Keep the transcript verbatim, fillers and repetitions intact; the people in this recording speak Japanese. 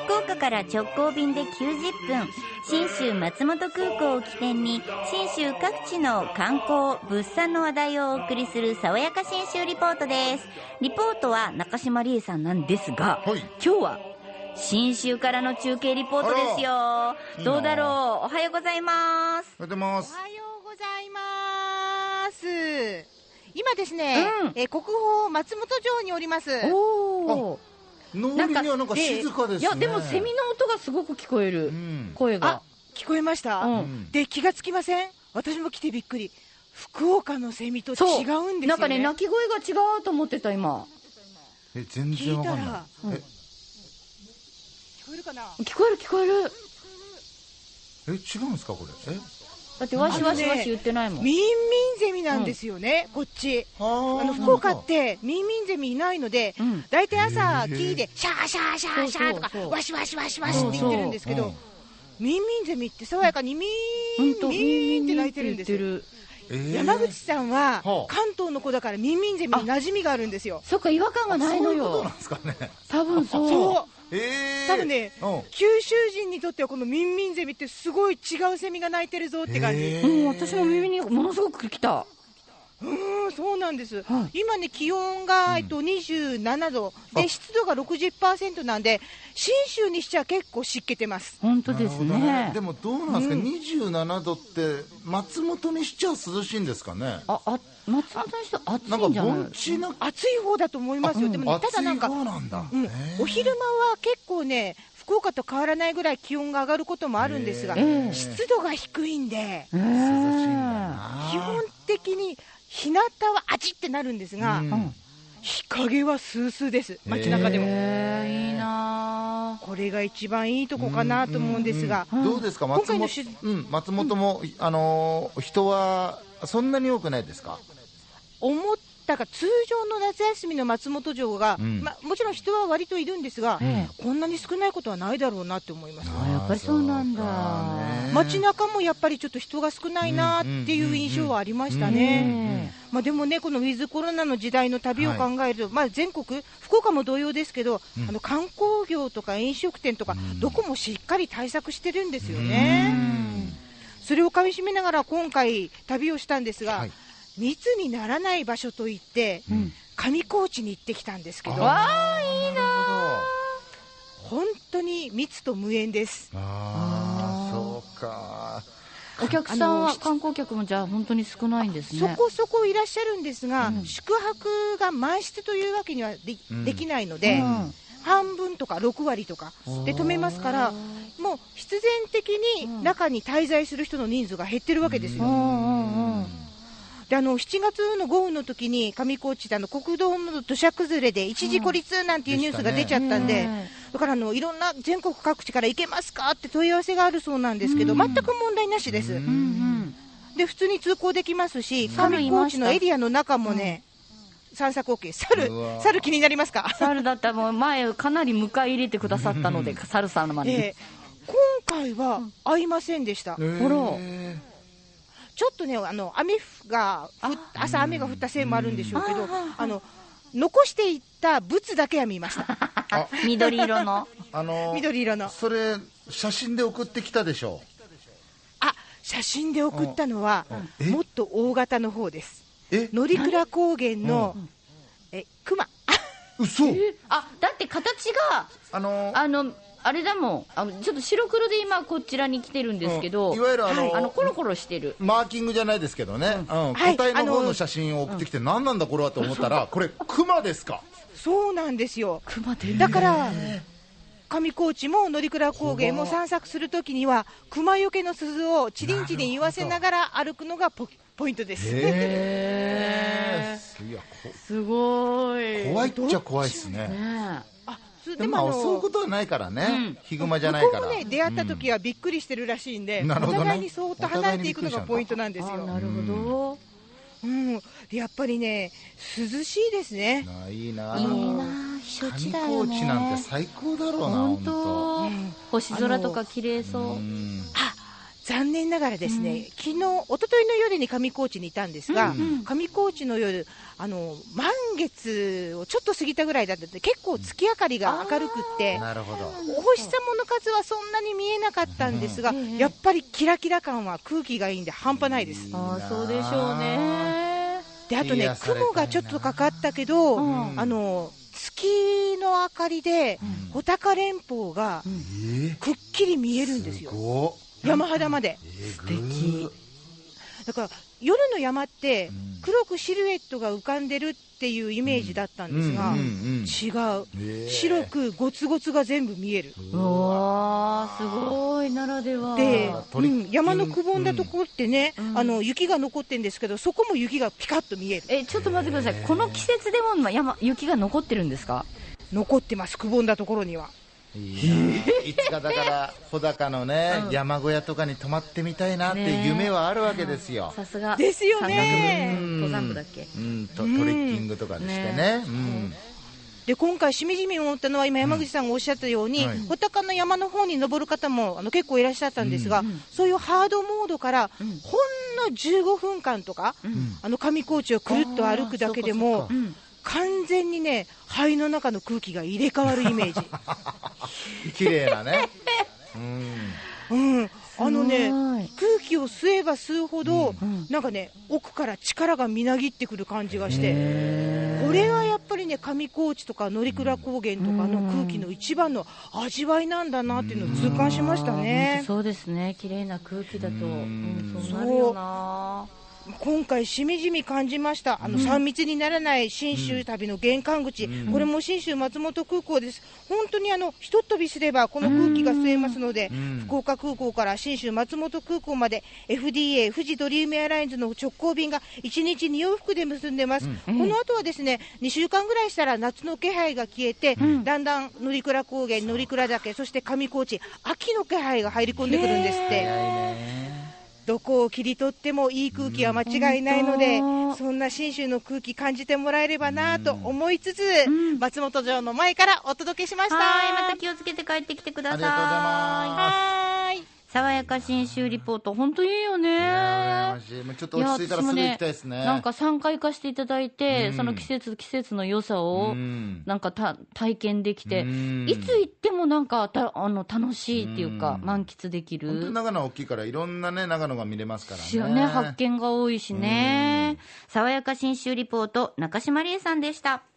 福岡から直行便できゅうじゅっぷん、信州松本空港を起点に信州各地の観光物産の話題をお送りする爽やか信州リポートです。リポートは中島理恵さんなんですが、はい、今日は信州からの中継リポートですよ。どうだろう。おはようございます。 おはようございます。 おはようございます。今ですね、うん、え国宝松本城におります。 おー、農林にはなんか静かですね。 いやでもセミの音がすごく聞こえる、うん、声が。 あ、聞こえました、うん、で気がつきません？私も来てびっくり。福岡のセミと違うんですよね。 なんかね、鳴き声が違うと思ってた今。 え、全然わかんない。え、うん、聞こえるかな？ 聞こえる聞こえる。 え、違うんですかこれ？え、 だってわしわしわし言ってないもん。 ミンミンゼミなんですよね、うん、こっち。あの福岡ってミンミンゼミいないので、うん、だいたい朝木でシャーシャーシャーシャーとかワシワシワシワシって言ってるんですけど、うん、ミンミンゼミって爽やかにミーン、うん、ミーンって鳴いてるんですよ。えー、山口さんは関東の子だからミンミンゼミに馴染みがあるんですよ。 そっか、違和感がないのよ。 そういうことなんですかね。 多分そう。 そう。えー、多分ね、うん、九州人にとってはこのミンミンゼミってすごい違うセミが鳴いてるぞって感じ。 うん、私も耳にものすごく来た。 うん、そうなんです、はい、今ね気温が、えっと、にじゅうななどで湿度が ろくじゅっパーセント なんで信州にしちゃ結構湿気てます。 本当です ね, ね。 でもどうなんですか、うん、にじゅうななどって松本にしちゃ涼しいんですかね。 ああ、松本にしちゃ暑いんじゃない？ なんか盆地な暑い方だと思いますよ。でも、ね、ただなんかなんだ、 うん、お昼間は結構ね福岡と変わらないぐらい気温が上がることもあるんですが、湿度が低いんで涼しいんだな。基本的に日向はあちってなるんですが、うん、日陰はスースーです。街中でも。 いいな。 これが一番いいとこかなと思うんですが、 うんうんうん、どうですか松本、うん、松本も、うん、あのー、人はそんなに多くないですか？ 思ったか通常の夏休みの松本城が、うん、ま、もちろん人は割といるんですが、うん、こんなに少ないことはないだろうなって思います。 あ、やっぱりそうなんだ。 街中もやっぱりちょっと人が少ないなっていう印象はありましたね。まあでもね、このウィズコロナの時代の旅を考えると、はい、まあ全国福岡も同様ですけど、うん、あの観光業とか飲食店とか、うん、どこもしっかり対策してるんですよね。それをかみしめながら今回旅をしたんですが、はい、密にならない場所といって、うん、上高地に行ってきたんですけど、 わあいいな。 本当に密と無縁です。 ああ、そうか。 お客さんは観光客もじゃあ本当に少ないんですね。 そこそこいらっしゃるんですが、うん、宿泊が満室というわけには で,、うん、できないので、うん、半分とかろくわりとかで止めますから、もう必然的に中に滞在する人の人数が減ってるわけですよ。であのしちがつの豪雨の時に上高地であの国道の土砂崩れで一時孤立なんていうニュースが出ちゃったんで、うんね、だからあのいろんな全国各地から行けますかって問い合わせがあるそうなんですけど、うん、全く問題なしです、うんうん、で普通に通行できますし、上高地のエリアの中もね、うん、散策 OK。 猿猿気になりますか？ 猿だったらもう前かなり迎え入れてくださったので、猿さんのまで、えー、今回は会いませんでした、 えー、ほらちょっとね、あの雨が朝雨が降ったせいもあるんでしょうけど、あの残していった物だけは見ました緑色の、 あのー、 緑色の。 それ写真で送ってきたでしょ。 あ、写真で送ったのはもっと大型の方です。乗鞍高原のえ熊嘘。 あ、だって形があのー、あのあれだもん、あのちょっと白黒で今こちらに来てるんですけど、 うん、いわゆるあの、はい、 あのコロコロしてるマーキングじゃないですけどね、うんうん、個体の方の写真を送ってきて、はい、何なんだこれはと思ったら、これクマですか？ そうなんですよ。 クマでだから上高地も乗鞍高原も散策するときには熊よけの鈴をチリンチリン言わせながら歩くのがポポイントです。 へーいやすごい怖いっちゃ怖いですね。 ねでもまあ襲うことはないからね、うん、ヒグマじゃないから。 向こうもね、出会った時はびっくりしてるらしいんで、うん、お互いにそーっと離れていくのがポイントなんですよ。 なるほど、 うん、やっぱりね涼しいですね。 いいな、 いいな、避暑地だよね。 上高地なんて最高だろうな。 本当、うん、星空とか綺麗そう。 うん、あ、 残念ながらですね、うん、昨日、一昨日の夜に上高地にいたんですが、うんうん、上高地の夜、あの満月をちょっと過ぎたぐらいだったので、結構月明かりが明るくって、 なるほど、 お星様の数はそんなに見えなかったんですが、うん、やっぱりキラキラ感は空気がいいんで半端ないです。 あ、そうでしょうね。 で、あとね、雲がちょっとかかったけど、うん、あの月の明かりで、うん、穂高連峰がくっきり見えるんですよ、す山肌まで。 素敵。 だから夜の山って黒くシルエットが浮かんでるっていうイメージだったんですが、違う、白くゴツゴツが全部見える。 うわー、すごい、ならではで、うん、山のくぼんだところってね、うん、あの雪が残ってるんですけど、そこも雪がピカッと見える。 え、ちょっと待ってください、この季節でも山雪が残ってるんですか？ 残ってます、くぼんだところには。 いいつかだから穂高のね、うん、山小屋とかに泊まってみたいなっていう夢はあるわけですよ。 さすがですよね。 登山部だっけ、 うん、とトレッキングとかでしてね、うん、 で今回しみじみ思ったのは、今山口さんがおっしゃったように、うん、はい、穂高の山の方に登る方もあの結構いらっしゃったんですが、うん、そういうハードモードから、うん、ほんのじゅうごふんかんとか、うん、あの上高地をくるっと歩くだけでも、完全にね、肺の中の空気が入れ替わるイメージ。 綺麗なね、 うん、うん、あのね、空気を吸えば吸うほど、うん、なんかね、奥から力がみなぎってくる感じがして、これはやっぱりね、上高地とか乗鞍高原とかの空気の一番の味わいなんだなっていうのを痛感しましたね。 そうですね、綺麗な空気だと、うん、そうなるよな。 今回しみじみ感じました。あの、うん、さん密にならない信州旅の玄関口、うん、これも信州松本空港です。本当にあのひとっ飛びすればこの空気が吸えますので、うん、福岡空港から信州松本空港まで エフディーエー 富士ドリームエアラインズの直行便がいちにちに往復で結んでます、うん、この後はですね、にしゅうかんぐらいしたら夏の気配が消えて、うん、だんだん乗鞍高原、乗鞍岳、そして上高地、秋の気配が入り込んでくるんですって。どこを切り取ってもいい空気は間違いないので、うん、そんな信州の空気感じてもらえればなと思いつつ、うん、松本城の前からお届けしました。 はい、また気をつけて帰ってきてください。 ありがとうございます。 はい、 爽やか信州リポート、本当いいよね。 いやー、もうちょっと落ち着いたらすぐ行きたいですね。 なんかさんかい行かせていただいて、うん、その季節季節の良さをなんかた体験できて、うん、いつ行ってもなんかたあの楽しいっていうか、うん、満喫できる。 本当に長野大きいからいろんなね長野が見れますからね。 ね、発見が多いしね。爽やか信州リポート、中島理恵さんでした。